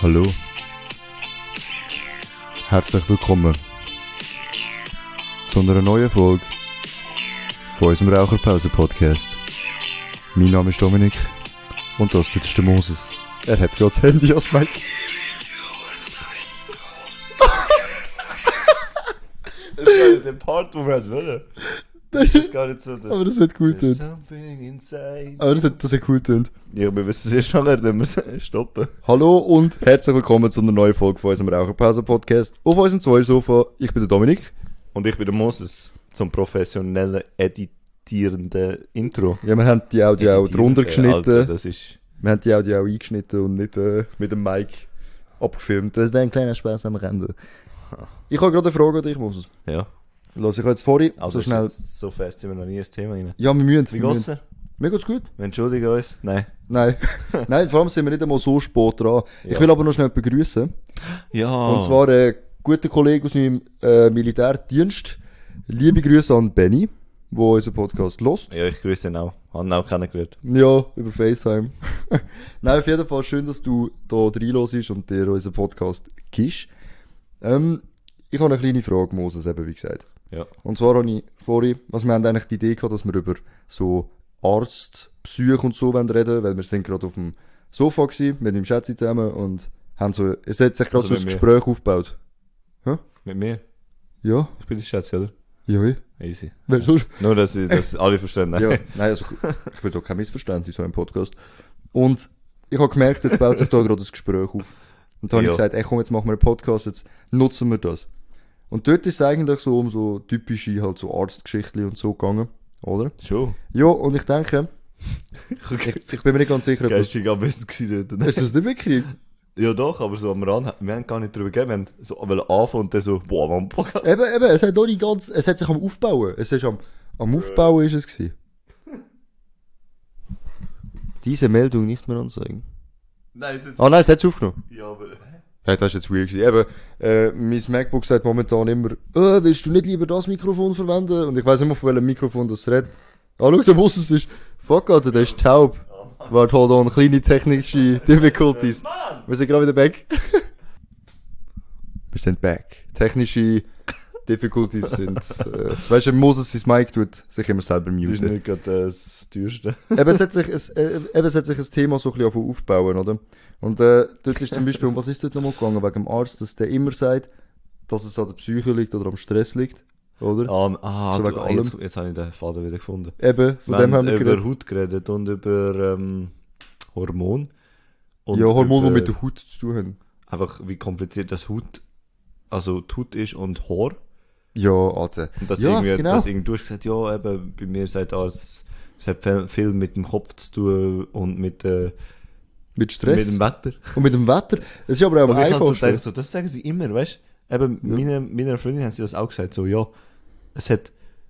Hallo. Herzlich willkommen zu einer neuen Folge von unserem Raucherpause-Podcast. Mein Name ist Dominik und das ist der Moses. Er hat gerade das Handy als Mic. Das ist gar nicht der Part, wo wir wollen. Das ist gar nicht so. Aber das hat gut getönt. Aber das hat gut getönt. Ja, wir wissen es erst nachher, wenn wir es stoppen. Hallo und herzlich willkommen zu einer neuen Folge von unserem Raucherpause-Podcast. Auf unserem Zweiersofa, ich bin der Dominik. Und ich bin der Moses, zum professionellen, editierenden Intro. Ja, wir haben die Audio auch drunter geschnitten. Alter, das ist... Wir haben die Audio auch eingeschnitten und nicht mit dem Mic abgefilmt. Das ist ein kleiner Spaß am Ende. Ich habe gerade eine Frage an dich, Moses. Ja. Lass ich jetzt vorhin Also so schnell... so fest sind wir noch nie ins Thema rein. Ja, wir müssen. Wie geht's dir? Mir geht's gut. Wir entschuldigen uns. Nein. Nein. Nein, vor allem sind wir nicht einmal so spät dran. Ja. Ich will aber noch schnell begrüßen. Ja. Und zwar ein guter Kollege aus meinem Militärdienst. Liebe Grüße an Benny, der unseren Podcast hört. Ja, ich grüße ihn auch. Haben ihn auch kennengelernt. Ja, über FaceTime. Nein, auf jeden Fall schön, dass du da reinhörst und dir unseren Podcast gibst. Ich habe eine kleine Frage, Moses, eben wie gesagt. Ja. Und zwar habe ich vorhin, wir haben eigentlich die Idee gehabt, dass wir über so Arztpsych und so reden wollen, weil wir sind gerade auf dem Sofa gewesen, mit meinem Schätzi zusammen und haben so, es hat sich gerade Also so ein mit mir. Gespräch aufgebaut. Mit mir? Ja? Ich bin die Schätze, oder? Ja, wie? Easy. Wer sonst? Nur, dass alle verstehen. Nein. Ja, nein, also ich will da kein Missverständnis haben im Podcast. Und ich habe gemerkt, jetzt baut sich da gerade ein Gespräch auf. Und da habe ich Ja. gesagt, ey komm, jetzt machen wir einen Podcast, jetzt nutzen wir das. Und dort ist es eigentlich so um so typische halt so Arztgeschichten und so gegangen, oder? Schon. Ja, und ich denke, ich bin mir nicht ganz sicher, ob das... Geistig am besten gewesen dort. Hast du das nicht mitgekriegt? Ja doch, aber so am Rand, wir haben gar nicht drüber gegeben, wir haben so anfangen und dann so, boah, man, Podcast. Eben, es hat noch nicht ganz, es hat sich am Aufbauen, es ist am Aufbauen ist es gewesen. Diese Meldung nicht mehr anzeigen. Nein, das... Ah nein, es hat es aufgenommen. Ja, aber... Ja, das ist jetzt weird gewesen. Eben, mein MacBook sagt momentan immer, willst du nicht lieber das Mikrofon verwenden? Und ich weiss nicht mehr, von welchem Mikrofon das redet. Ah, schau, der Bus ist, fuck, Alter, der ist taub. Warte, hold on, kleine technische Difficulties. Wir sind gerade wieder back. Wir sind back. Technische Difficulties sind, weißt du, Moses sein Mic tut sich immer selber Das ist muten. nicht gerade das teuerste. Eben, es hat sich ein Thema so ein bisschen aufbauen, oder? Und dort ist zum Beispiel, um was ist dort nochmal gegangen? Wegen dem Arzt, dass der immer sagt, dass es an der Psyche liegt oder am Stress liegt, oder? So wegen allem. Jetzt habe ich den Faden wieder gefunden. Eben, von Wir dem haben wir über geredet. Haut geredet und über Hormon. Und Ja, Hormone, die über mit der Haut zu tun haben. einfach wie kompliziert das Haut, also die Haut ist und Haar. Ja, also. Und das Ja, irgendwie, genau. das irgendwie, du hast gesagt, ja, eben, bei mir sagt alles, es hat viel mit dem Kopf zu tun und mit Mit Stress. dem Wetter. Und mit dem Wetter. Es ist aber auch am Aber ich habe so einfachsten. gedacht, so, das sagen sie immer, weißt du? Eben, meiner Freundin haben sie das auch gesagt, so, ja, es hat,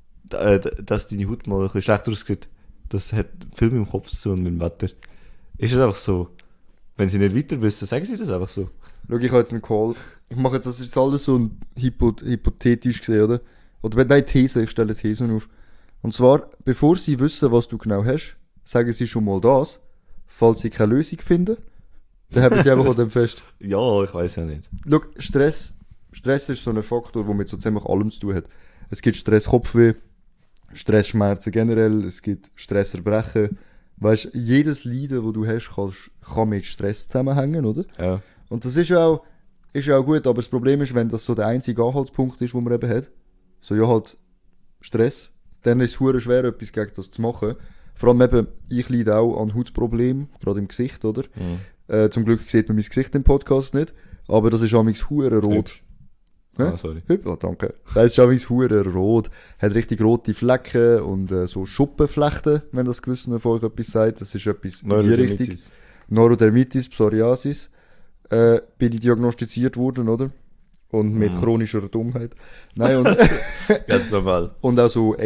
dass deine Haut mal ein bisschen schlechter aussieht, das hat viel mit dem Kopf zu tun und mit dem Wetter. Ist es einfach so, wenn sie nicht weiter wissen, sagen sie das einfach so. Schau, ich habe jetzt einen Call. Ich mache jetzt, das ist alles so ein hypothetisch gesehen, oder? Oder nein, These, ich stelle Thesen auf. Und zwar, bevor sie wissen, was du genau hast, sagen sie schon mal das. Falls sie keine Lösung finden, dann haben sie einfach an dem fest. Ja, ich weiß ja nicht. Schau, Stress ist so ein Faktor, der mit so ziemlich allem zu tun hat. Es gibt Stress-Kopfweh, Stressschmerzen generell, es gibt Stresserbrechen. Weißt, jedes Leiden, das du hast, kann mit Stress zusammenhängen, oder? Ja. Und das ist ja auch gut, aber das Problem ist, wenn das so der einzige Anhaltspunkt ist, den man eben hat, so ja halt Stress, dann ist es verdammt schwer, etwas gegen das zu machen. Vor allem eben, ich leide auch an Hautproblemen, gerade im Gesicht, oder? Zum Glück sieht man mein Gesicht im Podcast nicht, aber das ist amigs hure rot. Hübsch. Hä? Ah, sorry. Oh, danke. Das ist amigs hure rot, hat richtig rote Flecken und so Schuppenflechten, wenn das gewissen von euch etwas sagt. Das ist etwas in die Richtung. Neurodermitis, Psoriasis, bin ich diagnostiziert worden, oder? Und mit chronischer Dummheit. Nein, und, Ganz normal. und auch so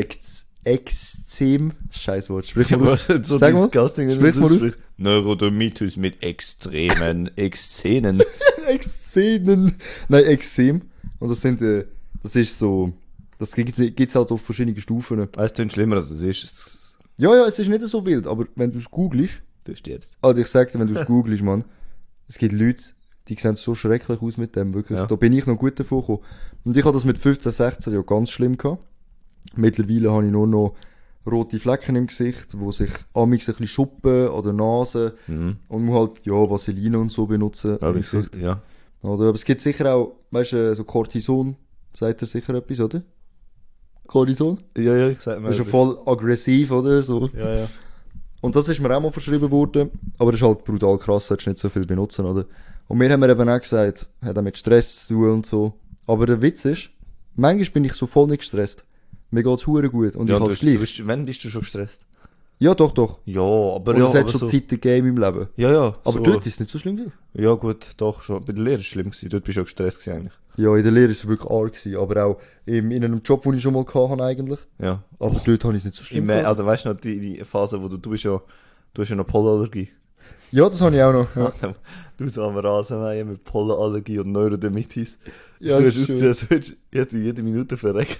Ekzem, Scheißwort, sprich mal aus. so Sag mal, disgusting, wenn sprich's du mal das aus. sprichst. Neurodermitis mit extremen Exzenen. Exzenen. Nein, Ekzem. Und das ist so, das gibt's halt auf verschiedene Stufen. Weißt du, schlimmer als es ist? Ja, es ist nicht so wild, aber wenn du es googelst, Du stirbst. also ich sag dir, wenn du es googelst, Mann, es gibt Leute, die sehen so schrecklich aus mit dem, wirklich. Ja. Da bin ich noch gut davon gekommen. Und ich habe das mit 15, 16 ja ganz schlimm gehabt. Mittlerweile habe ich nur noch rote Flecken im Gesicht, wo sich amigs ein bisschen schuppen oder Nase und muss halt, ja, Vaseline und so benutzen. Ja, im wie gesagt, Gesicht. ja. Oder, aber es gibt sicher auch, weißt du, so Cortison, sagt er sicher etwas, oder? Cortison? Ja, ich sag mal. Das ist ja voll aggressiv, oder? So. Ja. Und das ist mir auch mal verschrieben worden, aber das ist halt brutal krass, solltest du nicht so viel benutzen, oder? Und mir haben wir eben auch gesagt, hat auch mit Stress zu tun und so. Aber der Witz ist, manchmal bin ich so voll nicht gestresst. Mir geht's hure gut und Ja, ich du hab's bist, gleich. wann bist du schon gestresst? Ja, doch. Ja, aber Und ja, es hat aber schon so. Zeit gegeben im Leben. Ja, Aber so. dort ist es nicht so schlimm gewesen. Ja, gut, doch, schon. Bei der Lehre ist es schlimm gewesen. Dort bist du auch gestresst gewesen, eigentlich. Ja, in der Lehre ist es wirklich arg gewesen, aber auch in einem Job, den ich schon mal hatte eigentlich. Ja. Aber dort habe ich es nicht so schlimm gehabt. Also, weißt du noch, die Phase, wo du bist ja, du hast ja noch Pollenallergie. Ja, das habe ich auch noch. Ja, Du so am Rasenmähen mit Pollenallergie und Neurodermitis. Ja, du das hast ist ausgesehen, als würdest du jetzt jede Minute verrecken.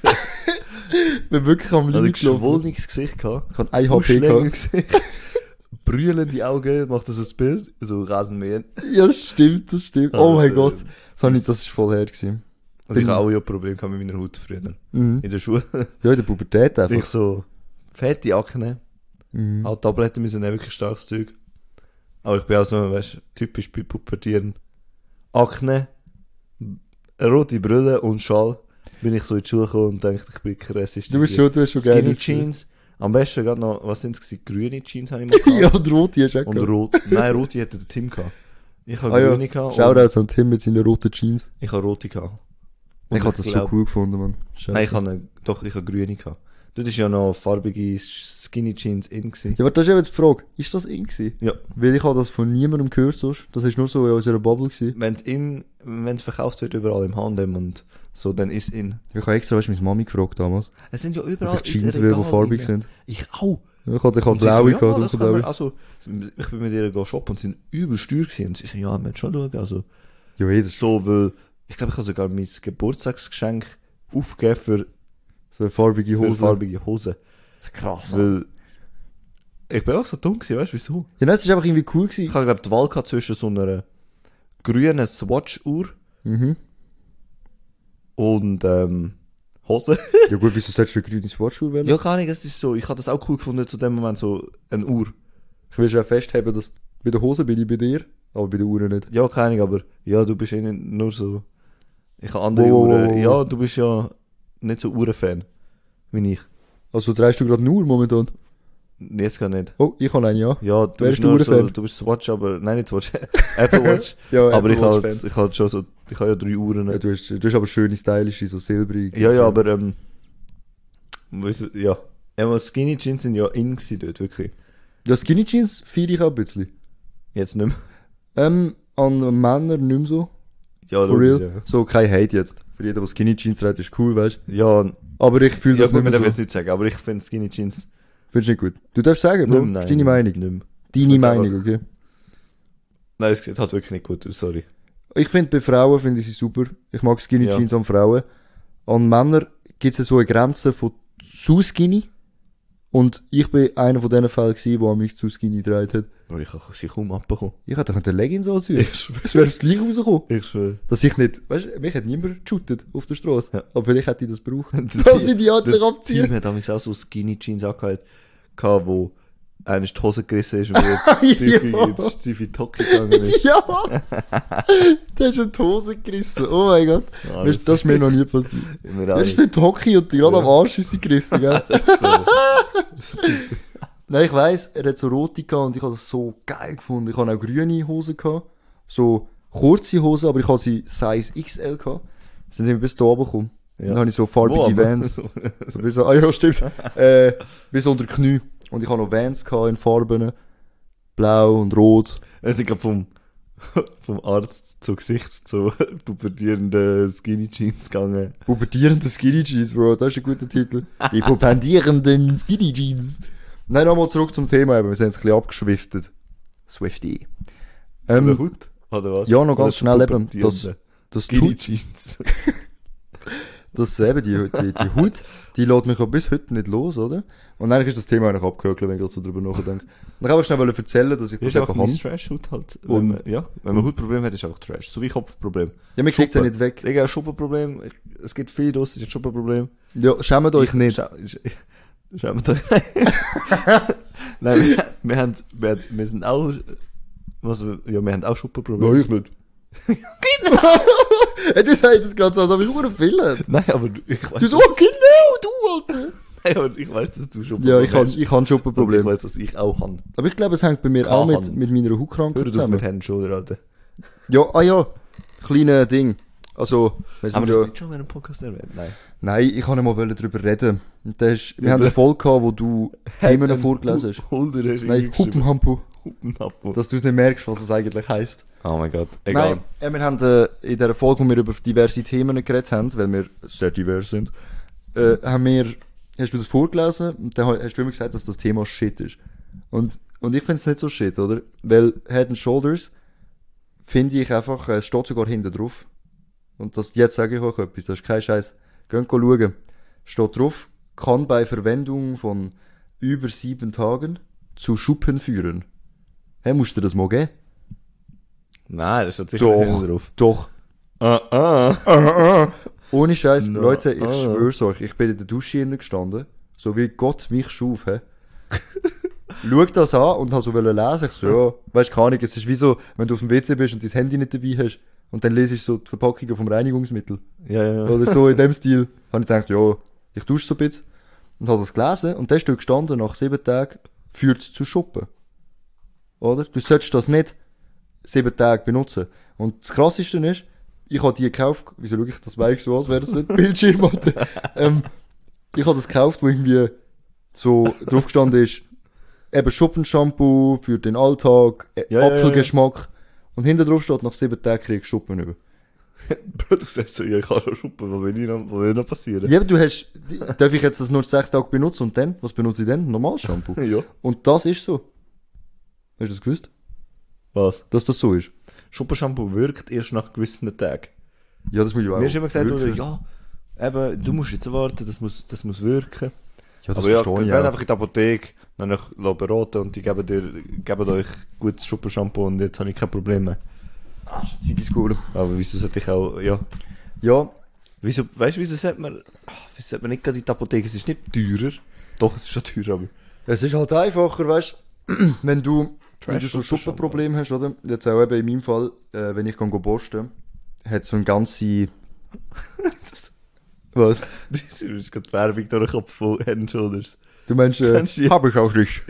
ich bin wirklich am Ich hatte ein Limit gelaufen. geschwollenes Gesicht gehabt. Ich habe ein HP Ausschläge im gehabt. Gesicht. Brüllende Augen, macht das das Bild? So Rasenmähen. Ja, das stimmt. Ah, Oh mein das, Gott. Das ist voll her gewesen. Also ich habe auch ja Probleme gehabt mit meiner Haut früher. Mhm. In der Schule. Ja, in der Pubertät Ich einfach. so fette Akne. Mhm. Auch Tabletten müssen nicht wirklich starkes Zeug. Aber ich bin auch so, weißt du, typisch bei Pubertieren. Akne, eine rote Brille und Schal. Bin ich so in die Schule gekommen und dachte, ich bin krass. Du hast schon Skinny gerne. Jeans. Am besten gerade noch, was sind es? Grüne Jeans habe ich mal gehabt. Ja, und rote hast du auch Und gehabt. rot. Nein, rote hätte der Tim gehabt. Ich habe Ah ja, grüne gehabt. und Shoutouts an Tim mit seinen roten Jeans. Ich habe rote gehabt. Und Ich habe das so glaub- cool gefunden, Mann. Scheiße. Nein, ich habe grüne gehabt. Dort ist ja noch farbige Skinny Jeans in gewesen. Ja, aber das ist ja jetzt die Frage. Ist das in gewesen? Ja. Weil ich habe das von niemandem gehört sonst. Das ist nur so in unserer Bubble gewesen. Wenn es verkauft wird überall im H&M und so, dann ist in. Ich habe extra, weißt du, meine Mami gefragt damals. Es sind ja Dass überall ich Jeans will, die farbig sind. Ich auch. Ich hatte Und sie blaue so, gehabt, ja, das kann man, dunkelblaue. also, ich bin mit ihr shoppen und sie sind übel steuer gewesen. Und sie so, ja, wir schon schauen. Also, Ja, das ist so, weil, ich glaube, ich habe sogar mein Geburtstagsgeschenk aufgegeben für so eine farbige Hose. farbige Hosen. Das ist krass. Weil, ich bin auch so dumm gewesen, weißt du, wieso? Ja, nein, es ist einfach irgendwie cool Ich gewesen. habe, glaube die Wahl gehabt zwischen so einer grünen Swatch-Uhr Mhm. und, Hose. Ja gut, wieso solltest du eine grüne Sportschuhe wählen? Ja, gar nicht, es ist so, ich habe das auch cool gefunden, zu dem Moment so eine Uhr. Ich will schon festheben, dass bei der Hose bin ich bei dir, aber bei der Uhr nicht. Ja, keine Ahnung, aber ja, du bist eh nicht nur so. Ich habe andere Wow, wow, Uhren. wow, wow. Ja, du bist ja nicht so Uhrenfan wie ich. Also drehst du gerade eine Uhr momentan? Jetzt gar nicht. Oh, ich habe eine, ja. Ja, du Wer bist ist der nur so, Uhrenfan? du bist Swatch, aber nein, nicht Swatch, Apple Watch. Ja, aber Apple Watch ich halt schon so, ich habe ja 3 Uhren. Ja, du hast aber schöne, stylische, so silbrig. Ja, aber weißt du, ja. Einmal Skinny Jeans sind ja in gewesen dort, wirklich. Ja, Skinny Jeans feiere ich auch ein bisschen. Jetzt nicht mehr. An Männern nicht mehr so. Ja, For real. logisch, So, kein Hate jetzt. Für jeden, der Skinny Jeans trägt, ist cool, weißt du. ja. Aber ich fühle Ja, das gut, man nicht darf mehr jetzt so. nicht sagen, aber ich finde Skinny Jeans Findest du nicht gut? Du darfst sagen, Bro. nicht mehr, Ist deine Meinung. Nicht mehr. Deine find's Meinung, einfach- okay? Nein, es sieht halt wirklich nicht gut aus, sorry. Ich finde, bei Frauen finde ich sie super. Ich mag Skinny Ja. Jeans an Frauen. An Männern gibt es so eine Grenze von zu skinny. Und ich bin einer von diesen Fällen gewesen, der mich zu skinny gedreht hat. Aber ich kann sie kaum abbekommen. Ich hätte doch Leggings anziehen. Ich schwöre. Es wäre aufs Gleiche rausgekommen. Ich schwöre. Dass ich nicht, weißt du, mich hat niemand geshootet auf der Straße. Ja. Aber vielleicht hätte ich das gebraucht. Dass ich die anderen abziehe. Team hat damals auch so Skinny Jeans angehört, wo einer die Hose gerissen ist und jetzt Ja. tief in die Hocke gegangen ist. Ja! Der ist in die Hose gerissen. Oh mein Gott. Ja, Das ist mir noch nie passiert. Mir Der auch ist nicht. nicht Hockey und gerade Ja. am Arsch ist sie gerissen, gell? so. Nein, ich weiss, er hat so rote gehabt und ich habe das so geil gefunden. Ich habe auch grüne Hosen gehabt. So kurze Hosen, aber ich habe sie Size XL gehabt. Sind immer bis da oben gekommen. Ja. Dann habe ich so Wo farbige aber? Vans. So bis so, ja, stimmt. Bis unter die Knie. Und ich habe noch Vans gehabt in Farben. Blau und rot. Es ist gerade vom Arzt zu Gesicht zu pubertierenden Skinny Jeans gegangen. Pubertierende Skinny Jeans, Bro. Das ist ein guter Titel. Die pubertierenden Skinny Jeans. Nein, nochmal zurück zum Thema. Wir sind jetzt ein bisschen abgeschwiftet. Swifty. Zu der Haut? Oder was? ja, noch ganz Oder schnell eben, pubertierende das Skinny tut- Jeans. dass eben die Haut, die lässt mich auch bis heute nicht los, oder? Und eigentlich ist das Thema eigentlich abgehökelt, wenn ich gerade so drüber nachdenke. Und ich wollte schnell erzählen, dass ich Das das ist eben einfach habe. mein Trash-Haut halt. Wenn man Hautprobleme hat, ist einfach Trash. So wie Kopfproblem. Ja, man kriegt es ja nicht weg. Ich habe ein Schuppenproblem. Es gibt viele draus, ist ein Schuppenproblem. Ja, schämt euch nicht. Schämt euch nicht. Nein, wir sind auch, wir haben auch Schuppenprobleme. Nein, ich nicht. Hey, du sagst das gerade so, als ob ich nur viel. Nein, aber ich weiß. Du so, genau, du, Alter. Nein, aber ich weiß, dass du schon Ja, ich habe Und Schuppenprobleme. ich weiß, dass ich auch habe. Aber ich glaube, es hängt bei mir Kann auch haben. mit meiner Hör Hautkrankheit auf zusammen. mit Hand und Schulter, Alter. Ja, kleine Ding. Also, wir Haben sind wir das ja... nicht schon in einem Podcast erwähnt? Nein. Nein, ich wollte mal darüber reden. Und wir haben eine Folge gehabt, wo du Themen vorgelesen hast. Holder hast du Nein, geschrieben. Huppenhampu. Huppenhampu. Dass du es nicht merkst, was es eigentlich heisst. Oh mein Gott, egal. Nein, wir haben in dieser Folge, wo wir über diverse Themen geredet haben, weil wir sehr divers sind, hast du das vorgelesen und dann hast du immer gesagt, dass das Thema Shit ist. Und ich finde es nicht so shit, oder? Weil Head and Shoulders finde ich einfach, es steht sogar hinten drauf. Und jetzt sage ich euch etwas, das ist kein Scheiß. Geht schauen. Steht drauf, kann bei Verwendung von über 7 Tagen zu Schuppen führen. Hey, musst du das mal geben? Nein, das steht sicher nicht drauf. Doch. Ohne Scheiß, No. Leute, ich schwör's euch, ich bin in der Dusche innen gestanden, so wie Gott mich schuf, hä? Schau das an und habe so lesen, ich so, ja, weißt keine Ahnung, es ist wie so, wenn du auf dem WC bist und dein Handy nicht dabei hast und dann lese ich so die Verpackungen vom Reinigungsmittel. Ja. Oder so in dem Stil. Habe ich gedacht, ja, ich dusche so ein bisschen. Und habe das gelesen und dann steht gestanden, nach 7 Tagen führt es zu Schuppen. Oder? Du solltest das nicht 7 Tage benutzen. Und das Krasseste ist, ich habe die gekauft, wieso schaue ich das Mic so, als wäre das ein Bildschirm, Alter? Ich habe das gekauft, wo irgendwie so drauf gestanden ist, eben Schuppenshampoo für den Alltag, Apfelgeschmack. Und hinten drauf steht, nach 7 Tagen kriegst du Schuppen über. Bro, du sagst so, ja, ich habe schon Schuppen, was will noch passieren? Ja, aber du hast, darf ich jetzt das nur 6 Tage benutzen und dann? Was benutze ich dann? Normales Shampoo. Ja. Und das ist so. Hast du das gewusst? Was? Dass das so ist? Schuppenshampoo wirkt erst nach gewissen Tagen. Ja, das muss ich auch. Mir ist immer gesagt, oder, wirklich. ja, eben, du musst jetzt warten, das muss wirken. Ja, das Aber ja, verstehe ich geht auch. einfach in die Apotheke, dann beraten und die geben euch gutes Schuppenshampoo und jetzt habe ich keine Probleme. Zigiscool. Aber wieso sollte ich auch, ja. Ja, Wieso sollte man nicht gerade in die Apotheke? Es ist nicht teurer. Doch, es ist schon teurer, aber. es ist halt einfacher, weißt du, wenn du so Trash-Schuppen Schuppenproblem hast, oder? Jetzt auch eben in meinem Fall, wenn ich kann borsten, hat so ein ganze... Was? Das ist gerade die Werbung durch den Kopf von Head and Shoulders. Du meinst, Kennst du die? hab ich auch nicht.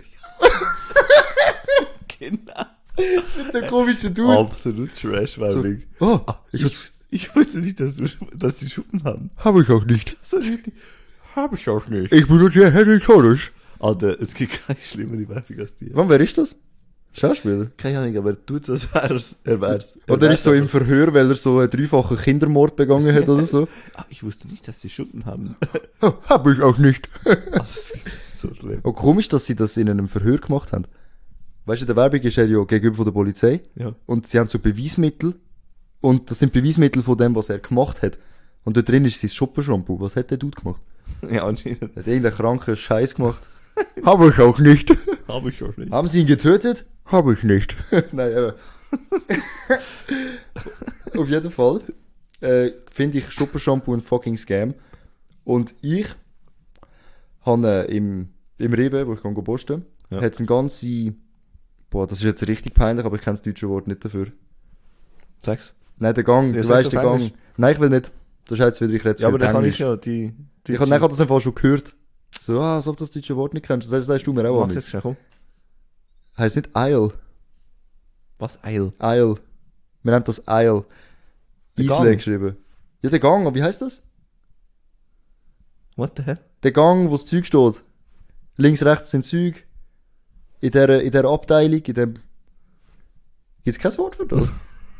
Genau. Der komische Dude. Absolut Trash-Werbung. Oh, Ich wusste nicht, dass die Schuppen haben. hab ich auch nicht. So richtig. Hab ich auch nicht. Ich benutze Head and Shoulders. Alter, es gibt keine schlimmere Werbung als die. Wann, wer ist das? Schauspieler? Keine Ahnung, aber er tut so, als wär's. Oder er ist so im Verhör, weil er so einen 3-fachen Kindermord begangen hat oder so. Ah, ich wusste nicht, dass sie Schuppen haben. Oh, hab ich auch nicht. Also, das ist so schlimm. Oh, komisch, dass sie das in einem Verhör gemacht haben. Weißt du, der Werbung ist er ja gegenüber von der Polizei. Ja. Und sie haben so Beweismittel. Und das sind Beweismittel von dem, was er gemacht hat. Und da drin ist sein Schuppenshampoo. Was hat der Dude gemacht? Ja, anscheinend. Er hat irgendeinen kranken Scheiß gemacht. Hab ich auch nicht. Habe ich auch nicht. Haben sie ihn getötet? Hab ich nicht. Nein, aber. Auf jeden Fall finde ich Schuppenshampoo ein fucking Scam. Und ich habe im Rewe, wo ich kann posten, Ja. hat es ein ganze. Boah, das ist jetzt richtig peinlich, aber ich kenne das deutsche Wort nicht dafür. Sag's. Nein, der Gang, Ja, du sag's weißt auf den Gang. Englisch. Nein, ich will nicht. Das ist jetzt wieder, ich rede Ja, aber dann kann Englisch. ich ja die Ich habe das einfach schon gehört. So, als ob du das deutsche Wort nicht kennst. Das sagst du mir auch Mach's an. jetzt schnell, komm. Heißt nicht Isle. Was? Eil? Isle. Wir nennen das Isle. Der Isle Gang? geschrieben. Ja, der Gang, aber wie heißt das? What the hell? Der Gang, wo das Zeug steht. Links, rechts sind Zeug. In der Abteilung, in dem... Gibt's kein Wort für das?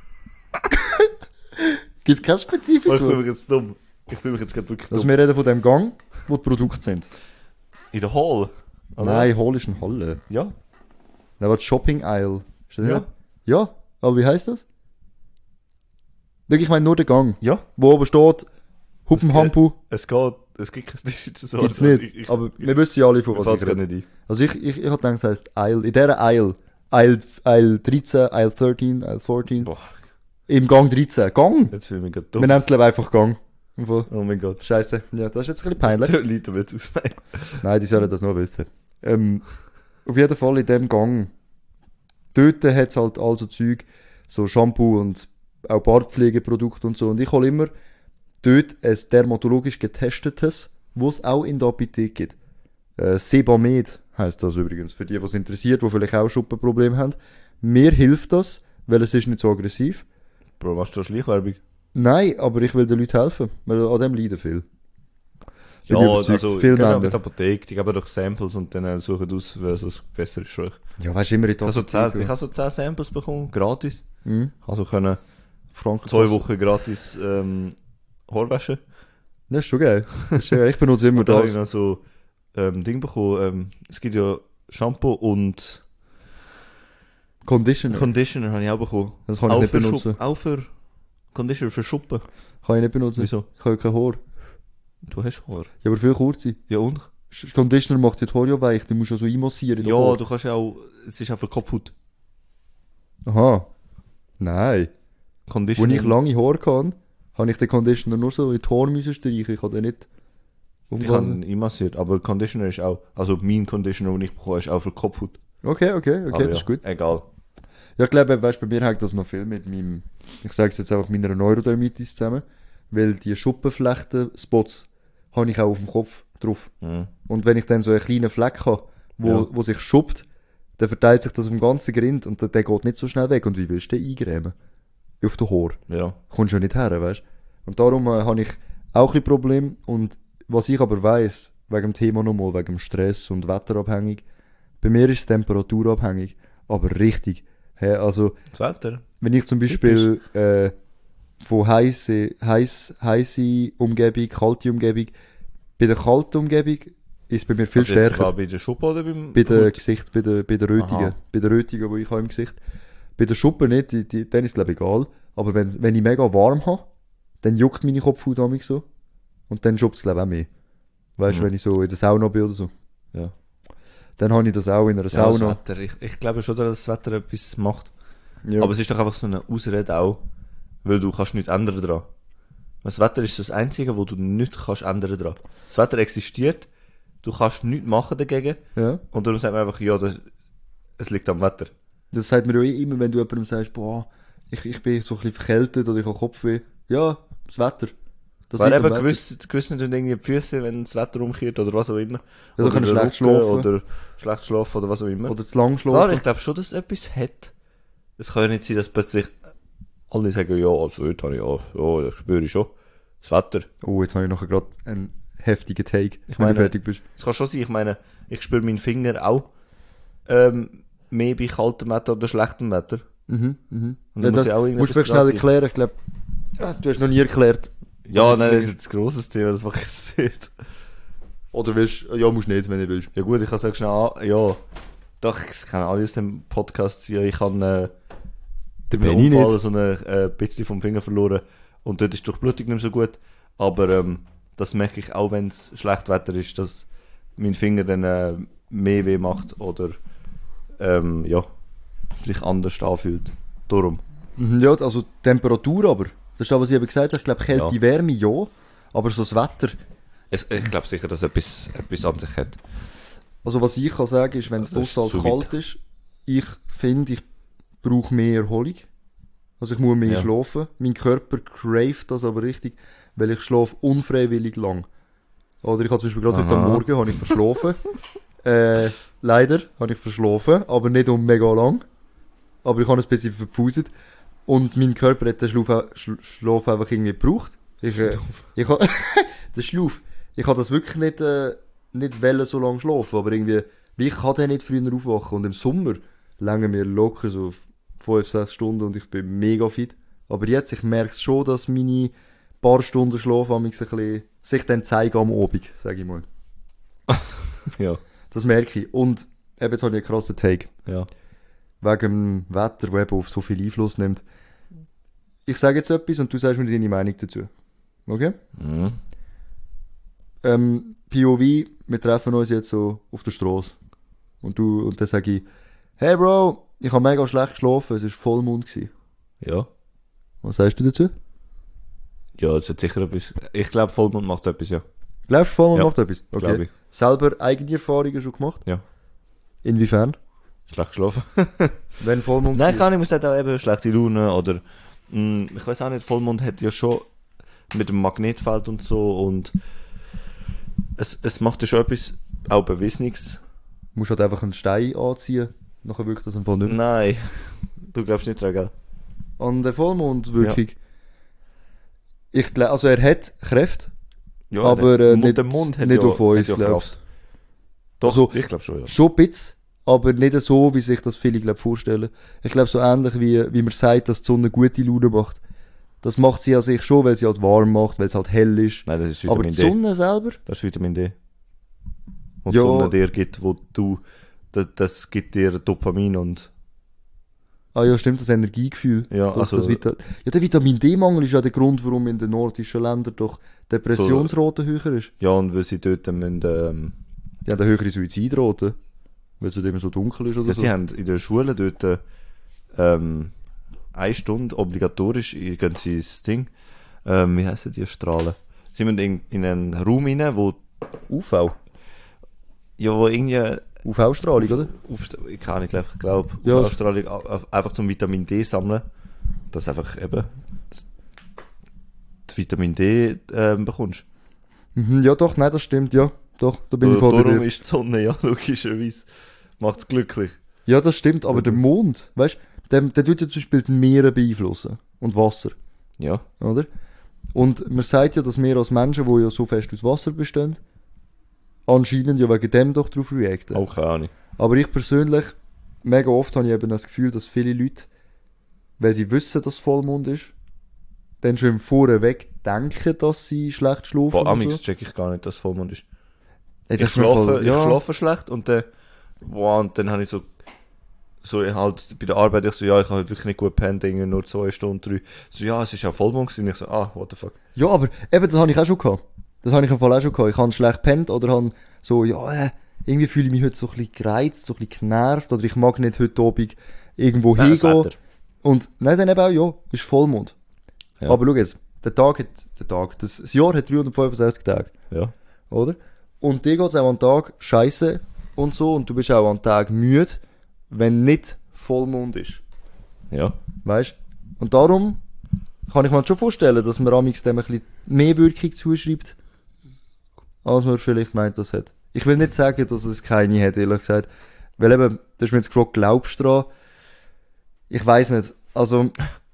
Gibt's kein Oh, spezifisches ich fühle Wort? mich jetzt dumm. Ich fühle mich jetzt gerade wirklich Also dumm. wir reden von dem Gang, wo die Produkte sind. In der Hall? Oder Nein, was? Hall ist eine Halle. Ja. Nein, aber Shopping Aisle. Ist das Ja. nicht? Ja, aber wie heißt das? Ich meine nur der Gang. Ja. Wo oben steht Huppenhampu Es gibt kein deutsches Wort. gibt's nicht. Aber wir wissen ja alle, von was ich rede. nicht ein. Also ich habe gedacht, es heisst Aisle. In dieser Aisle. Aisle 13, Aisle 13, Aisle 14. Boah, Im Gang 13. Gang! jetzt fühle ich mich gerade Wir dumm. nennen es glaube ich einfach Gang. Im Fall. Oh mein Gott. Scheiße. Ja, das ist jetzt ein bisschen peinlich. Leute mir aus. Nein. Nein, die sollen das nur wissen. Auf jeden Fall in dem Gang. Dort hat es halt also Zeug, so Shampoo und auch Bartpflegeprodukte und so. Und ich hole immer dort ein dermatologisch getestetes, was es auch in der Apotheke gibt. Sebamed heisst das übrigens, für die, was interessiert, die vielleicht auch Schuppenprobleme haben. Mir hilft das, weil es ist nicht so aggressiv. Bro, machst du Schleichwerbung? Nein, aber ich will den Leuten helfen, weil an dem leiden viel. Ja, Bin überzeugt, also viel ich gehe auch Männer. mit der Apotheke, die geben doch Samples und dann suchen aus, was es besser ist für euch. Ja, weißt du, immer in Ich der habe so 10 Samples bekommen, gratis. Mhm. Also können Franken 2 Wochen gratis Haar waschen. Das ist schon geil. Das ist schon geil. Ich benutze immer Und da habe ich das. noch so Ding bekommen. Es gibt ja Shampoo und Conditioner. Conditioner habe ich auch bekommen. Das kann ich nicht benutzen. Auch für Conditioner für Schuppen. Kann ich nicht benutzen. Wieso? Ich habe kein Haar. Du hast Haar. Ja, aber viel kurze. Ja und? Conditioner macht die Haare ja weich. Du musst ja so einmassieren. in den Ja, Haar. du kannst ja auch, es ist auch für Kopfhaut. Aha. Nein. Als Conditioner. ich lange Haare hatte, habe ich den Conditioner nur so in die Haare müssen streichen. Ich habe den nicht Ich habe ihn einmassiert, aber Conditioner ist auch, also mein Conditioner, den ich bekomme, ist auch für Kopfhaut. Okay, Aber das ja, ist gut. Egal. Ja, ich glaube, weißt, bei mir hängt das noch viel mit meinem, ich sage es jetzt einfach, meiner Neurodermitis zusammen. Weil die Schuppenflechten-Spots habe ich auch auf dem Kopf drauf. Mhm. Und wenn ich dann so einen kleinen Fleck habe, Ja. wo sich schuppt, dann verteilt sich das auf dem ganzen Grind und der geht nicht so schnell weg. Und wie willst du den eingrämen? Auf den Haar. Ja. Kommst du ja nicht her, weißt du? Und darum habe ich auch ein bisschen Problem. Und was ich aber weiss, wegen dem Thema nochmal, wegen dem Stress und wetterabhängig, bei mir ist es temperaturabhängig, aber richtig. Also, Das Wetter? wenn ich zum Beispiel von heisse Umgebung, kalte Umgebung, bei der kalten Umgebung ist es bei mir viel Also jetzt stärker. war bei der Schuppe oder beim Bei der Hut? Gesicht, bei der Rötigen. Aha. Bei der Rötigen, die ich habe im Gesicht. Bei der Schuppe nicht, dann ist es glaube ich egal. Aber wenn ich mega warm habe, dann juckt meine Kopfhaut mich so. Und dann schuppt es glaube ich auch mehr. Weißt du, Mhm. wenn ich so in der Sauna bin oder so. Ja. Dann habe ich das auch in einer Ja, das Sauna. Wetter. Ich glaube schon, dass das Wetter etwas macht. Ja. Aber es ist doch einfach so eine Ausrede auch, weil du kannst nichts ändern dran. Das Wetter ist so das Einzige, wo du nichts kannst ändern dran. Das Wetter existiert, du kannst nichts machen dagegen Ja. und darum sagt man einfach, ja, es liegt am Wetter. Das sagt mir ja immer, wenn du jemandem sagst, boah, ich bin so ein bisschen verkältet oder ich habe Kopfweh. Ja, das Wetter. Das Weil liegt am eben Wetter. gewissen tun irgendwie die Füße, wenn das Wetter umkehrt oder was auch immer. Ja, oder können der schlecht Rücken schlafen. Oder schlecht schlafen oder was auch immer. Oder zu lang Klar, schlafen. ich glaube schon, dass es etwas hat. Es kann ja nicht sein, dass plötzlich alle sagen, ja, also heute habe ich ja, das spüre ich schon. Das Wetter. Oh, jetzt habe ich nachher gerade einen heftigen Take, Ich wenn meine- du fertig bist. Es kann schon sein, ich meine, ich spüre meinen Finger auch mehr bei kaltem Wetter oder schlechtem Wetter. Und Und dann muss ich auch musst du irgendetwas vielleicht schnell dran sein. erklären. Ich glaube, du hast noch nie erklärt. Ja, nein, das ist jetzt ein grosses Thema, das mache ich jetzt nicht. Oder willst ja, musst nicht, wenn du willst. Ja gut, ich kann sagen schnell an, ja, doch, ich kann alle aus dem Podcast ja, ich habe Der beim Benni Unfall nicht. so ein bisschen vom Finger verloren und dort ist die Durchblutung nicht mehr so gut, aber das merke ich auch, wenn es schlecht Wetter ist, dass mein Finger dann mehr weh macht oder ja, sich anders anfühlt. Darum. Mhm, ja, also Temperatur aber. Das ist das, was ich eben gesagt habe. Ich glaube, Kälte, Ja. Wärme, ja. Aber so das Wetter. Ich glaube sicher, dass es etwas an sich hat. Also was ich kann sagen ist, wenn es Das ist draussen zu kalt ist, ich finde, ich brauche mehr Erholung. Also ich muss mehr Ja. schlafen. Mein Körper craved das aber richtig, weil ich schlafe unfreiwillig lang. Oder ich habe zum Beispiel gerade heute Aha. Morgen habe ich verschlafen. Leider habe ich verschlafen, aber nicht um mega lang. Aber ich habe ein bisschen verpfuset. Und mein Körper hat den Schlaf einfach irgendwie gebraucht. Ich habe den Schlaf. Ich habe das wirklich nicht wollen, so lange schlafen, aber irgendwie, ich kann dann nicht früher aufwachen. Und im Sommer länger mir locker so 5-6 Stunden und ich bin mega fit. Aber jetzt, ich merke es schon, dass meine paar Stunden Schlaf ein bisschen sich dann zeigen am Abend, sage ich mal. Ja. Das merke ich. Und eben jetzt habe ich einen krassen Take. Ja. Wegen dem Wetter, das eben auf so viel Einfluss nimmt. Ich sage jetzt etwas und du sagst mir deine Meinung dazu. Okay? Mhm. POV, wir treffen uns jetzt so auf der Straße. Und dann sage ich, hey Bro, ich habe mega schlecht geschlafen, es war Vollmond gewesen. Ja. Was sagst du dazu? Ja, es hat sicher etwas. Ich glaube, Vollmond macht etwas, ja. Glaubst du, Vollmond Ja, macht etwas? glaub Okay. ich. Selber eigene Erfahrungen schon gemacht? Ja. Inwiefern? Schlecht geschlafen. Wenn Vollmond Nein, war? kann ich, man sagt auch eben schlechte Laune oder ich weiß auch nicht, Vollmond hat ja schon mit dem Magnetfeld und so und es macht ja schon etwas auch Bewiesenes. Du musst halt einfach einen Stein anziehen, nachher wirkt das einfach nicht mehr. Nein, du glaubst nicht dran, gell? An der Vollmondwirkung. Ich glaube, also er hat Kräfte, Ja, aber der nicht, der Mund hat nicht ja, auf uns, hat ja glaubst Kraft. Doch, Also, ich glaube schon, ja. Schon ein bisschen, aber nicht so, wie sich das viele glaub, vorstellen. Ich glaube, so ähnlich wie man sagt, dass die Sonne gute Laune macht. Das macht sie an sich schon, weil sie halt warm macht, weil es halt hell ist. Nein, das ist Aber Vitamin die D. Sonne selber? Das ist Vitamin D. Und Ja. die Sonne dir gibt, wo du, das gibt dir Dopamin und, Ah ja, stimmt, das Energiegefühl. ja, Das, also, ja, der Vitamin D-Mangel ist ja der Grund, warum in den nordischen Ländern doch die Depressionsrate höher ist. ja, und weil sie dort müssen, Die haben eine höhere Suizidrate, weil es halt eben so dunkel ist oder ja, so. sie haben in der Schule dort, 1 Stunde obligatorisch, gehen sie ins Ding, wie heissen die Strahlen? Sie müssen in einen Raum rein, wo, UV. ja, wo irgendwie, UV-Strahlung, oder? ich kann nicht, ich glaube, Ja. Ausstrahlung, einfach zum Vitamin D sammeln, dass einfach eben, das Vitamin D, bekommst. Mhm, ja doch, nein, das stimmt, ja. Doch, da bin ich voll bei Darum dir. ist die Sonne, ja, logischerweise, macht's glücklich. Ja, das stimmt, aber der Mond, weißt du, der tut ja zum Beispiel die Meere beeinflussen. Und Wasser, Ja. oder? Und man sagt ja, dass wir als Menschen, die ja so fest aus Wasser bestehen, anscheinend ja wegen dem doch drauf reacten. Auch keine Ahnung. Aber ich persönlich, mega oft habe ich eben das Gefühl, dass viele Leute, weil sie wissen, dass Vollmond ist, dann schon im Vorweg denken, dass sie schlecht schlafen Boah, oder amix so. check ich gar nicht, dass Vollmond ist. Ey, Ich das ist mir voll- ich schlafe schlecht und dann, boah, und dann habe ich so halt bei der Arbeit, ich so, ja, ich habe heute wirklich nicht gut gepennt, irgendwie nur 2 Stunden, 3. So, ja, es ist ja Vollmond gewesen. Ich so, what the fuck. Ja, aber eben, das habe ich auch schon gehabt. Das habe ich im Fall auch schon gehabt. Ich habe schlecht gepennt oder habe so, ja, irgendwie fühle ich mich heute so ein bisschen gereizt, so ein bisschen genervt oder ich mag nicht heute Abend irgendwo Nein, das hingehen. Wetter. Und nein, dann eben auch, ja, ist Vollmond. Ja. Aber schau jetzt, das Jahr hat 365 Tage, Ja. oder? Und dir geht's auch am Tag scheiße und so und du bist auch am Tag müde, wenn nicht Vollmond ist. Ja. Weißt? Und darum kann ich mir schon vorstellen, dass man amix dem ein bisschen mehr Wirkung zuschreibt, als man vielleicht meint, das hat. Ich will nicht sagen, dass es keine hat, ehrlich gesagt. Weil eben, du hast mir jetzt gefragt, glaubst du dran? Ich weiß nicht. Also,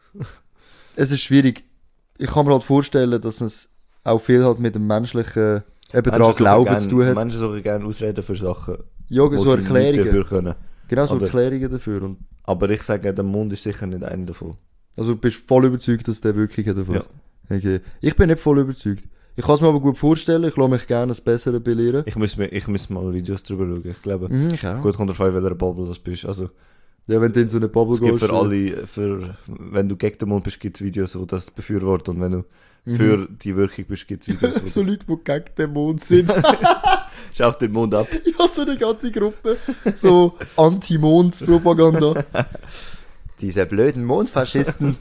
es ist schwierig. Ich kann mir halt vorstellen, dass es auch viel halt mit dem menschlichen eben daran Glauben zu tun hat. Menschen suchen gerne Ausreden für Sachen, Ja, wo so sie nicht Erklärungen. dafür können. Genau, so Oder- Erklärungen dafür. Und Aber ich sage, der Mond ist sicher nicht einer davon. also du bist voll überzeugt, dass der wirklich hat davon. Ja. Okay. Ich bin nicht voll überzeugt. Ich kann es mir aber gut vorstellen, ich lasse mich gerne das Bessere belehren. Ich muss mal Videos drüber schauen, ich glaube. Ich auch. Gut, kommt drauf an, in welcher Bubble das bist. Also, Ja, wenn du in so eine Bubble es gibt gehst. für alle, wenn du gegen den Mond bist, gibt es Videos, wo das befürworten. Und wenn du für die Wirkung bist, gibt es Videos, wo so Leute, die gegen den Mond sind. Schau auf den Mond ab. Ja, so eine ganze Gruppe. So Anti-Mond-Propaganda. Diese blöden Mondfaschisten.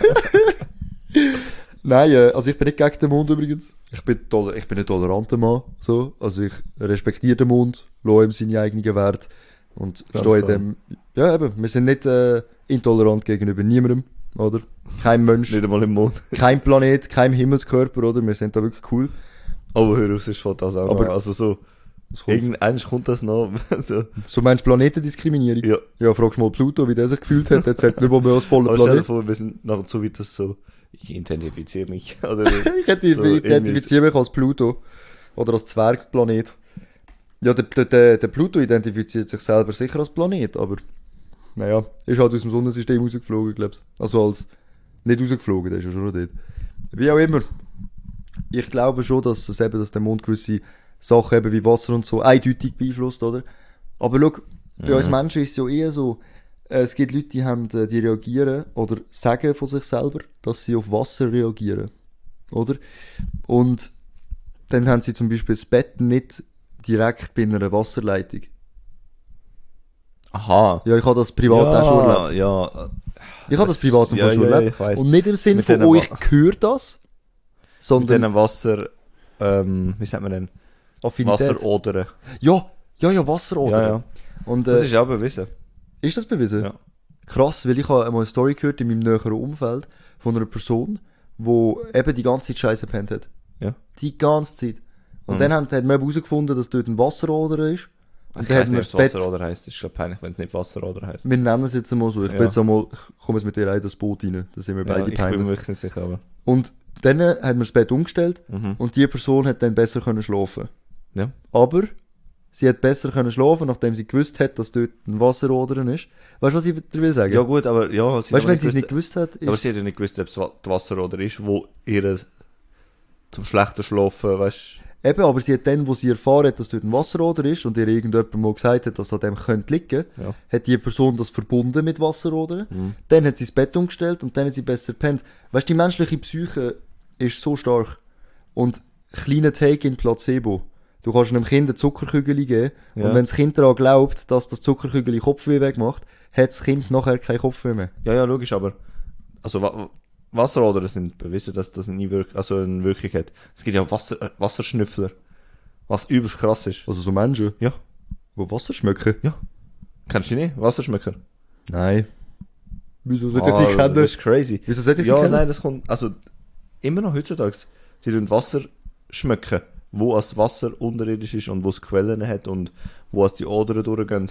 Nein, also ich bin nicht gegen den Mond übrigens. Ich bin ein toleranter Mann. So. Also ich respektiere den Mond, lasse ihm seine eigenen Werte und Ganz stehe in klar. dem. Ja, eben, wir sind nicht intolerant gegenüber niemandem, oder? Kein Mensch, Nicht einmal im Mond. kein Planet, kein Himmelskörper, oder? Wir sind da wirklich cool. Aber hör auf, sonst fällt das auch Aber- noch. Also so, Das kommt- irgendwann kommt das noch. so. So meinst du Planetendiskriminierung? Ja. Ja, fragst mal Pluto, wie der sich gefühlt hat. Der zählt nicht mal mehr als voller Aber stell dir Planet. vor, wir sind nachher so weit, dass so, ich identifiziere mich. Oder Ich hätte so identifiziere mich als Pluto. Oder als Zwergplanet. Ja, der Pluto identifiziert sich selber sicher als Planet, aber naja, ist halt aus dem Sonnensystem rausgeflogen, glaubst du. Also als nicht rausgeflogen, der ist ja schon noch dort. Wie auch immer. Ich glaube schon, dass der Mond gewisse Sachen eben wie Wasser und so eindeutig beeinflusst, oder? Aber schau, bei uns Menschen ist es ja eher so, es gibt Leute, die reagieren oder sagen von sich selber, dass sie auf Wasser reagieren. Oder? Und dann haben sie zum Beispiel das Bett nicht direkt bei einer Wasserleitung. Aha. Ja, ich habe das privat auch schon erlebt. Ja. Ich habe das privat ja, schon ja, erlebt. ich weiss. Und nicht im Sinn Mit von, denen oh, ich höre das, Mit sondern diesen Wasser, wie sagt man denn? Affinität. Wasserodern. Ja, Wasserodern. Ja, ja. Und, Das ist auch bewiesen. ist das bewiesen? Ja. Krass, weil ich habe einmal eine Story gehört in meinem näheren Umfeld von einer Person, die eben die ganze Zeit Scheiße gepennt hat. Ja. Die ganze Zeit. Und dann hat man eben herausgefunden, dass dort ein Wasseroder ist. Und Ich dann hat weiss man nicht, das was Bett... Wasseroder heisst. Das ist glaub peinlich, wenn es nicht Wasseroder heisst. Wir nennen es jetzt einmal so. Ich bin Ja. jetzt einmal... Ich komme jetzt mit dir rein, das Boot rein. Da sind wir Ja, beide ich peinlich. bin mir wirklich nicht sicher, aber... Und dann hat man das Bett umgestellt Mhm. und die Person hat dann besser können schlafen. Ja. Aber sie hat besser können schlafen, nachdem sie gewusst hat, dass dort ein Wasseroder ist. Weißt du, was ich dir will sagen? Ja gut, aber ja... Weißt du, wenn sie es nicht gewusst hat, ist... Aber sie hat ja nicht gewusst, ob es die Wasseroder ist, wo ihr zum schlechten Schlafen, weißt Eben, aber sie hat dann, wo sie erfahren hat, dass dort ein Wasseroder ist und ihr irgendjemand mal gesagt hat, dass an dem könnte liegen, Ja. hat die Person das verbunden mit Wasserodern. Mhm. Dann hat sie das Bett umgestellt und dann hat sie besser gepennt. Weißt du, die menschliche Psyche ist so stark. Und kleiner Take in Placebo. Du kannst einem Kind eine Zuckerkügel geben Ja. und wenn das Kind daran glaubt, dass das Zuckerkügel Kopfweh wegmacht, hat das Kind nachher kein Kopfweh mehr. Ja, logisch, aber... Also Wasserodern sind bewiesen, dass das nie eine Wirkung hat. Es gibt ja Wasserschnüffler. Was übelst krass ist. Also so Menschen, Ja. die Wasser schmecken. Kennst du die nicht? Wasserschmöcker. Nein. Wieso sollte ich die Das kennen? ist crazy. Wieso sollte ich sie Ja, kennen? nein, das kommt... Also, immer noch heutzutage. Sie tun Wasser schmecken, wo das Wasser unterirdisch ist und wo es Quellen hat und wo es die Odern durchgehen.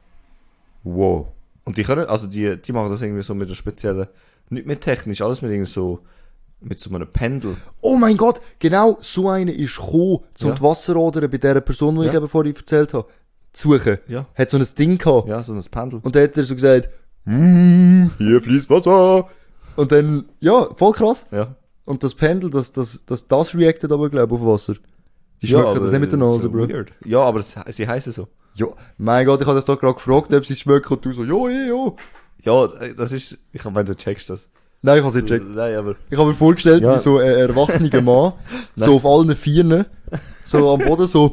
Wow. Und die können, also die machen das irgendwie so mit einer speziellen, nicht mehr technisch, alles mit irgendwie so, mit so einem Pendel. Oh mein Gott, genau so eine ist gekommen, um Ja. die Wasserodern bei dieser Person, die ich Ja. eben vorhin erzählt habe, zu suchen. Ja. Hat so ein Ding gehabt. Ja, so ein Pendel. Und dann hat er so gesagt, hier fließt Wasser. Und dann, ja, voll krass. Ja. Und das Pendel, das reactet aber, glaube ich, auf Wasser. Die Ja, schmecken das aber nicht mit der Nase, so Bro. weird. Ja, aber sie heißen so. Ja, mein Gott, ich habe dich doch gerade gefragt, ob sie es schmecken und du so, jo. Ja, das ist, ich meine, du checkst das. Nein, ich habe es nicht gecheckt. Nein, aber... Ich habe mir vorgestellt, Ja. wie so ein erwachsener Mann, so auf allen Vieren, so am Boden so,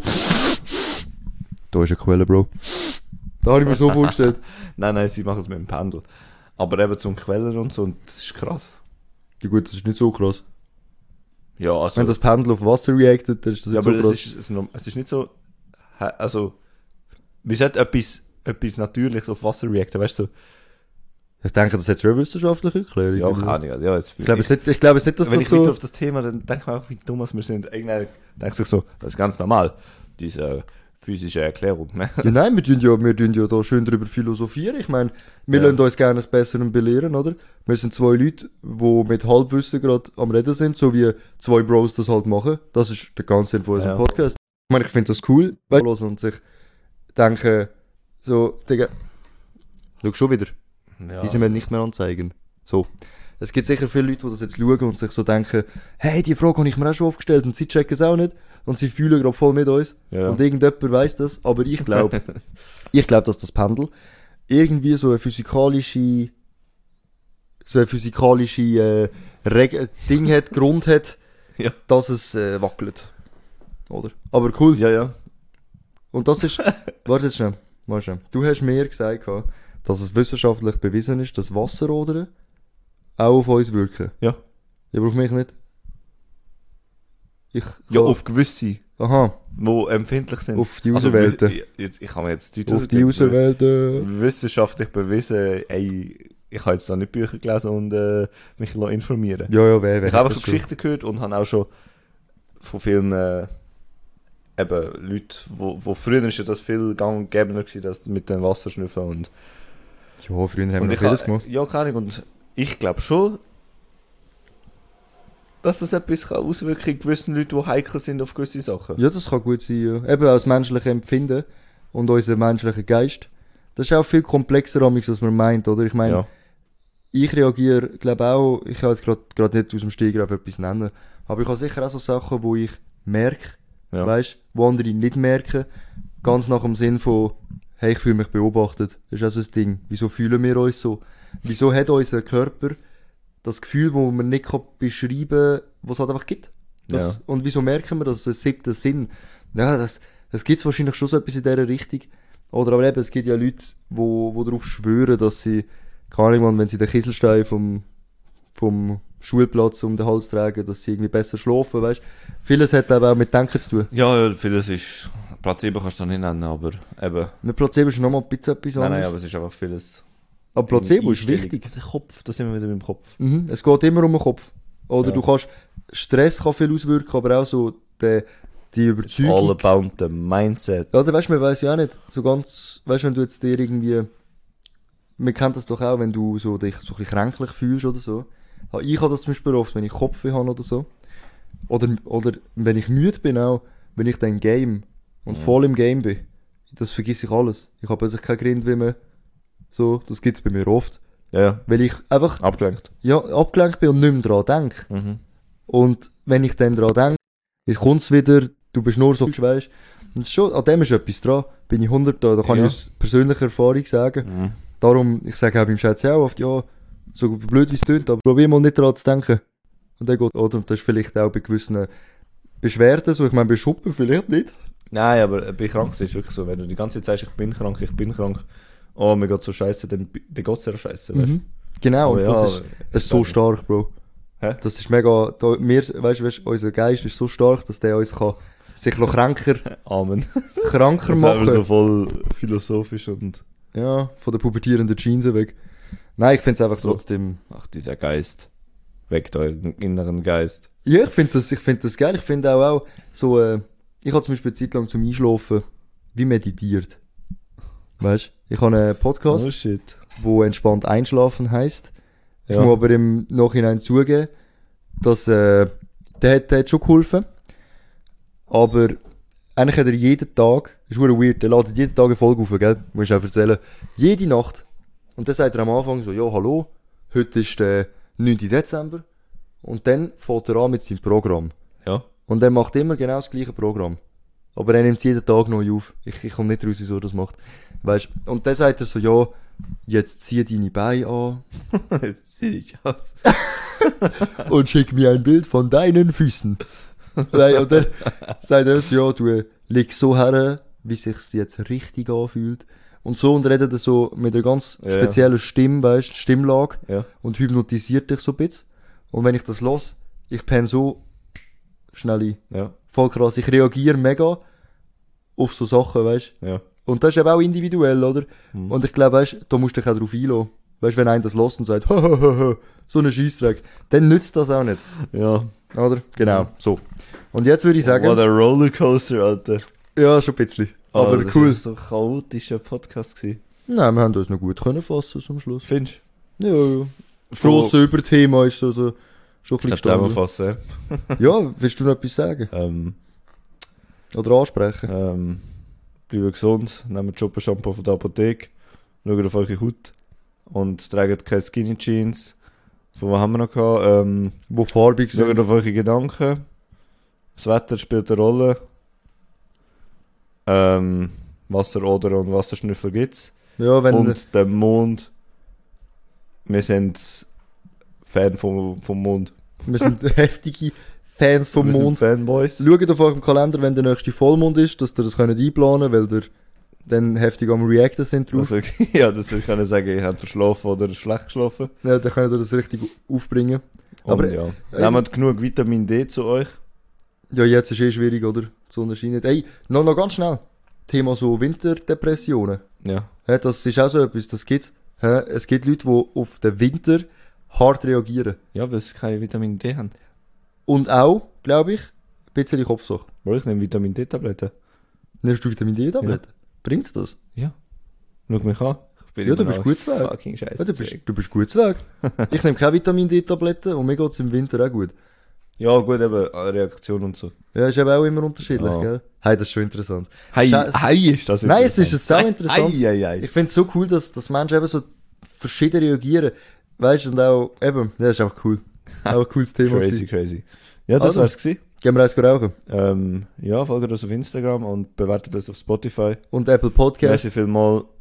da ist eine Quelle, Bro. Da habe ich mir so vorgestellt. Nein, sie machen es mit dem Pendel. Aber eben zum Quellen und so, und das ist krass. Ja gut, das ist nicht so krass. Ja, also... Wenn das Pendel auf Wasser reactet, dann ist das ja, nicht so aber krass. es ist nicht so... Also... Wie sollte etwas Natürliches auf Wasser reacten, weißt du? So, Ich denke, das hat schon eine wissenschaftliche Erklärung. ja, keine Ahnung. Ja, jetzt Ich glaube es nicht, dass wenn das ich weiter so... auf das Thema, dann denke ich mir auch, wie dumm wir sind. Irgendwann denkt sich so, das ist ganz normal. Diese physische Erklärung, ne? Ja nein, wir tun ja da schön drüber philosophieren. Ich meine, wir Ja. lassen uns gerne das Besseren belehren, oder? Wir sind zwei Leute, die mit Halbwissen gerade am Reden sind, so wie zwei Bros das halt machen. Das ist der ganze Sinn von unserem Ja. Podcast. Ich meine, ich finde das cool, weil und sich denken, so, Digga, schau schon wieder. Ja. Die sind wir nicht mehr anzeigen. So. Es gibt sicher viele Leute, die das jetzt schauen und sich so denken, hey, die Frage habe ich mir auch schon aufgestellt und sie checken es auch nicht und sie fühlen gerade voll mit uns. Ja. Und irgendjemand weiss das, aber ich glaube, dass das Pendel irgendwie so eine physikalische Ding hat, Grund hat, Ja. dass es wackelt. Oder? Aber cool. Ja. Und das ist, warte jetzt schnell. Du hast mir gesagt, dass es wissenschaftlich bewiesen ist, dass Wasserodern auch auf uns wirken. Ja. Ja, aber auf mich nicht. Ja, auf gewisse, Aha, die empfindlich sind. auf die Auserwählten. Ich kann mir jetzt Zeit Auf die Auserwählten. Wissenschaftlich bewiesen, ey, ich habe jetzt da nicht Bücher gelesen und mich informieren. Ja, wer Ich habe hat einfach schon Geschichten gehört und habe auch schon von vielen eben Leuten, wo früher ist ja das viel gang und gäbe gewesen, das mit dem Wasserschnüffeln und Ja, früher haben wir und noch ich vieles ha- gemacht. ja, keine Ahnung, und ich glaube schon, dass das etwas kann auswirken in gewissen Leuten, die heikel sind auf gewisse Sachen. Ja, das kann gut sein, ja. Eben als menschliche Empfinden und unser menschlicher Geist. Das ist auch viel komplexer, als man meint, oder? Ich meine, Ja. ich reagiere, glaube auch, ich kann jetzt gerade nicht aus dem Stegreif etwas nennen, aber ich habe sicher auch so Sachen, wo ich merke, Ja. weißt, wo andere nicht merken, ganz nach dem Sinn von, hey, ich fühle mich beobachtet. Das ist auch so ein Ding. Wieso fühlen wir uns so? Wieso hat unser Körper das Gefühl, wo man nicht beschreiben kann, was es halt einfach gibt? Das, und wieso merken wir das? So ein 7. Sinn. Ja, das gibt's wahrscheinlich schon so etwas in dieser Richtung. Oder aber eben, es gibt ja Leute, wo darauf schwören, dass sie, keine Ahnung, wenn sie den Kieselstein vom Schulplatz um den Hals tragen, dass sie irgendwie besser schlafen, weißt. Vieles hat eben auch mit Denken zu tun. Ja, vieles ist, Placebo kannst du nicht nennen, aber eben. Mit Placebo ist noch mal ein bisschen etwas anderes. Nein, aber es ist einfach vieles. Aber Placebo ist Einstellung. wichtig. Der Kopf, da sind wir wieder beim Kopf. Mhm. Es geht immer um den Kopf. Oder Ja. du kannst, Stress kann viel auswirken, aber auch so die All Überzeugung. about the mindset. Ja, weißt du, man weiss ja auch nicht, so ganz, weißt du, wenn du jetzt dir irgendwie, man kennt das doch auch, wenn du so dich so ein bisschen kränklich fühlst oder so. Ja, ich habe das zum Beispiel oft, wenn ich Kopfweh habe oder so. Oder wenn ich müde bin auch, wenn ich dann Game und voll im Game bin, das vergesse ich alles. Ich habe plötzlich keinen Grind, wie man, so, das gibt's bei mir oft. Ja, Weil ich einfach, abgelenkt. ja, abgelenkt bin und nicht mehr dran denke. Mhm. Und wenn ich dann dran denke, jetzt kommt's wieder, du bist nur so, weisst. Und es ist schon, an dem ist etwas dran. Bin ich 100 da kann Ja. ich aus persönlicher Erfahrung sagen. Mhm. Darum, ich sage auch beim Schätzen auch oft, ja, so blöd wie es tönt, aber probier mal nicht dran zu denken. Und dann geht, oder, und das ist vielleicht auch bei gewissen Beschwerden so, ich meine, bei Schuppen vielleicht nicht. Nein, aber bei krank ist es wirklich so, wenn du die ganze Zeit sagst, ich bin krank, oh, mir geht so scheiße, dann geht's dir scheiße, weißt du? Genau, Aber und ja, das ist so stark, Bro. Hä? Das ist mega, weißt, unser Geist ist so stark, dass der uns kann, sich noch kranker Amen. kranker Das ist machen. einfach so voll philosophisch und Ja, von der pubertierenden Jeans weg. Nein, ich find's einfach So. trotzdem. ach, dieser Geist. Weckt euren inneren Geist. Ja, ich find das geil. Ich finde auch so, ich habe zum Beispiel eine Zeit lang zum Einschlafen wie meditiert. Weißt? Ich habe einen Podcast, Oh shit. wo entspannt einschlafen heisst. Ich Ja. muss aber im Nachhinein zugeben, dass, der hat schon geholfen. Aber eigentlich hat er jeden Tag, ist verdammt weird, der ladet jeden Tag eine Folge auf, gell? Muss ich auch erzählen. Jede Nacht. Und dann sagt er am Anfang so, ja, hallo, heute ist der 9. Dezember. Und dann fährt er an mit seinem Programm. Ja. Und er macht immer genau das gleiche Programm. Aber er nimmt es jeden Tag neu auf. Ich komme nicht raus, wieso er das macht. Weißt? Und dann sagt er so, ja, jetzt zieh deine Beine an Jetzt sehe ich aus. und schick mir ein Bild von deinen Füßen. Nein, und dann sagt er so, ja, du leg so her, wie sich's jetzt richtig anfühlt. Und so, und redet er so mit einer ganz Ja. speziellen Stimme, weißt, Stimmlage. Ja. Und hypnotisiert dich so ein bisschen. Und wenn ich das los, ich penne so schnell ein. Ja. Voll krass. Ich reagiere mega auf so Sachen, weißt. Ja. Und das ist eben auch individuell, oder? Mhm. Und ich glaube, weißt, da musst du dich auch drauf einlassen. Weißt, wenn einer das lässt und sagt, so ein Scheissdreck, dann nützt das auch nicht. Ja. Oder? Genau, so. Und jetzt würde ich sagen, What a Rollercoaster, Alter. ja, schon ein bisschen. Aber das cool. war so ein chaotischer Podcast gewesen. Nein, wir haben uns noch gut können fassen zum Schluss. Findest Ja, ja. Gross Überthema ist so schon ein du? bisschen Kannst du gestanden. zusammenfassen? Ja, willst du noch etwas sagen? Oder ansprechen? Bleibt gesund, nehmt Shoppen-Shampoo von der Apotheke, schaut auf eure Haut und tragt keine Skinny Jeans. Von was haben wir noch gehabt? Wo farbig Schaut sind. auf eure Gedanken. Das Wetter spielt eine Rolle. Wasseroder und Wasserschnüffel gibt's. Ja, wenn, Und der Mond. Wir sind Fan vom Mond. wir sind heftige Fans vom Wir sind Mond. Fanboys. Schaut auf eurem Kalender, wenn der nächste Vollmond ist, dass ihr das könnt einplanen könnt, weil ihr dann heftig am Reacten sind drauf. Also, ja, das kann ich sagen, ihr habt verschlafen oder schlecht geschlafen. Ja, dann könnt ihr das richtig aufbringen. Aber Aber, ja, nehmt genug Vitamin D zu euch. Ja, jetzt ist schwierig, oder? Die Sonne scheint nicht. Ey, noch ganz schnell. Thema so Winterdepressionen. Ja. Ja, das ist auch so etwas, das gibt's. Ja, es gibt Leute, die auf den Winter hart reagieren. Ja, weil sie keine Vitamin D haben. Und auch, glaube ich, ein bisschen Kopfsache. Bro, ich nehme Vitamin D-Tabletten. Nimmst du Vitamin D-Tabletten? Bringt's das? Ja. Schau mich an. Ich bin Ja, du immer bist noch gut zu Weg. fucking Ja, scheiße. du bist gut zu Weg. Ich nehme keine Vitamin D-Tabletten und mir geht's im Winter auch gut. Ja, gut, eben, Reaktion und so. Ja, ist eben auch immer unterschiedlich, Ja. gell? Hey, das ist schon interessant. Hey, Scheiße. hey, ist das Nein, es ist interessant. sau interessant. Hey. Ich finde es so cool, dass Menschen eben so verschieden reagieren. Weißt du, und auch, eben, das ist einfach cool. Auch ein cooles Thema. Crazy, crazy. Ja, das Also. war's gewesen. Gehen wir eins rauchen. Ja, folgt uns auf Instagram und bewertet uns auf Spotify. Und Apple Podcast. Merci vielmals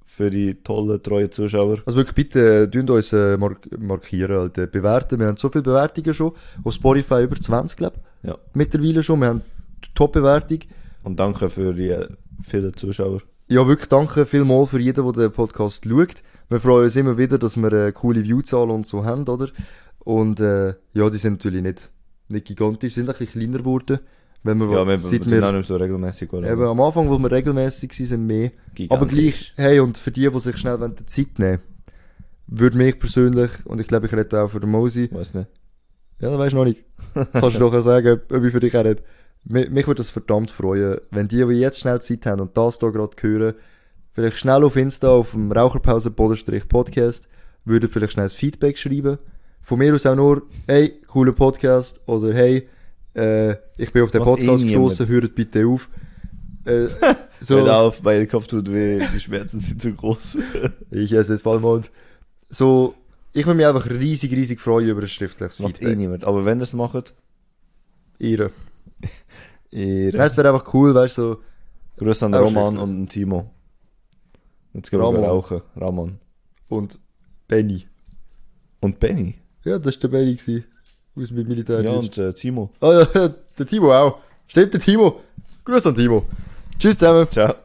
für die tollen, treuen Zuschauer. Also wirklich, bitte, tun uns markieren, halt, bewerten. Wir haben so viele Bewertungen schon. Auf Spotify über 20, glaube ich. Ja. Mittlerweile schon. Wir haben Top-Bewertung. Und danke für die vielen Zuschauer. Ja, wirklich danke vielmals für jeden, der den Podcast schaut. Wir freuen uns immer wieder, dass wir coole Viewzahlen und so haben, oder? Und ja, die sind natürlich nicht gigantisch, sind ein bisschen kleiner geworden. Wenn wir, Ja, wir seit sind auch nicht so regelmäßig. eben, am Anfang, wo wir regelmäßig waren, sind mehr. Gigantisch. Aber gleich, hey, und für die sich schnell die Zeit nehmen, würde mich persönlich, und ich glaube, ich rede auch für den Mosi, Weiß nicht. ja, das weisst du noch nicht. Kannst du doch sagen, ob ich für dich auch rede. Mich würde das verdammt freuen, wenn die jetzt schnell Zeit haben und das hier gerade hören, vielleicht schnell auf Insta, auf dem Raucherpause-Podcast, würden vielleicht schnell ein Feedback schreiben. Von mir aus auch nur, hey, cooler Podcast, oder hey, ich bin auf den Macht Podcast niemand. gestossen, hört bitte auf. So. So, auf, mein Kopf tut weh, die Schmerzen sind zu groß. ich esse jetzt Vollmond. So, ich würde mich einfach riesig freuen über ein schriftliches Macht Feedback. niemand. Aber wenn ihr es macht, Ihre. ihr... Das wäre einfach cool, weißt du, so, Grüß an Auch Roman schriftlich. und den Timo. Jetzt gehen wir Ramon. rauchen. Ramon. und Benny. Und Benny. Ja, das war der Benny gewesen. Aus dem Militär. Ja, und Timo. Ah ja, der Timo auch. Stimmt, der Timo. Grüß an Timo. Tschüss zusammen. Ciao.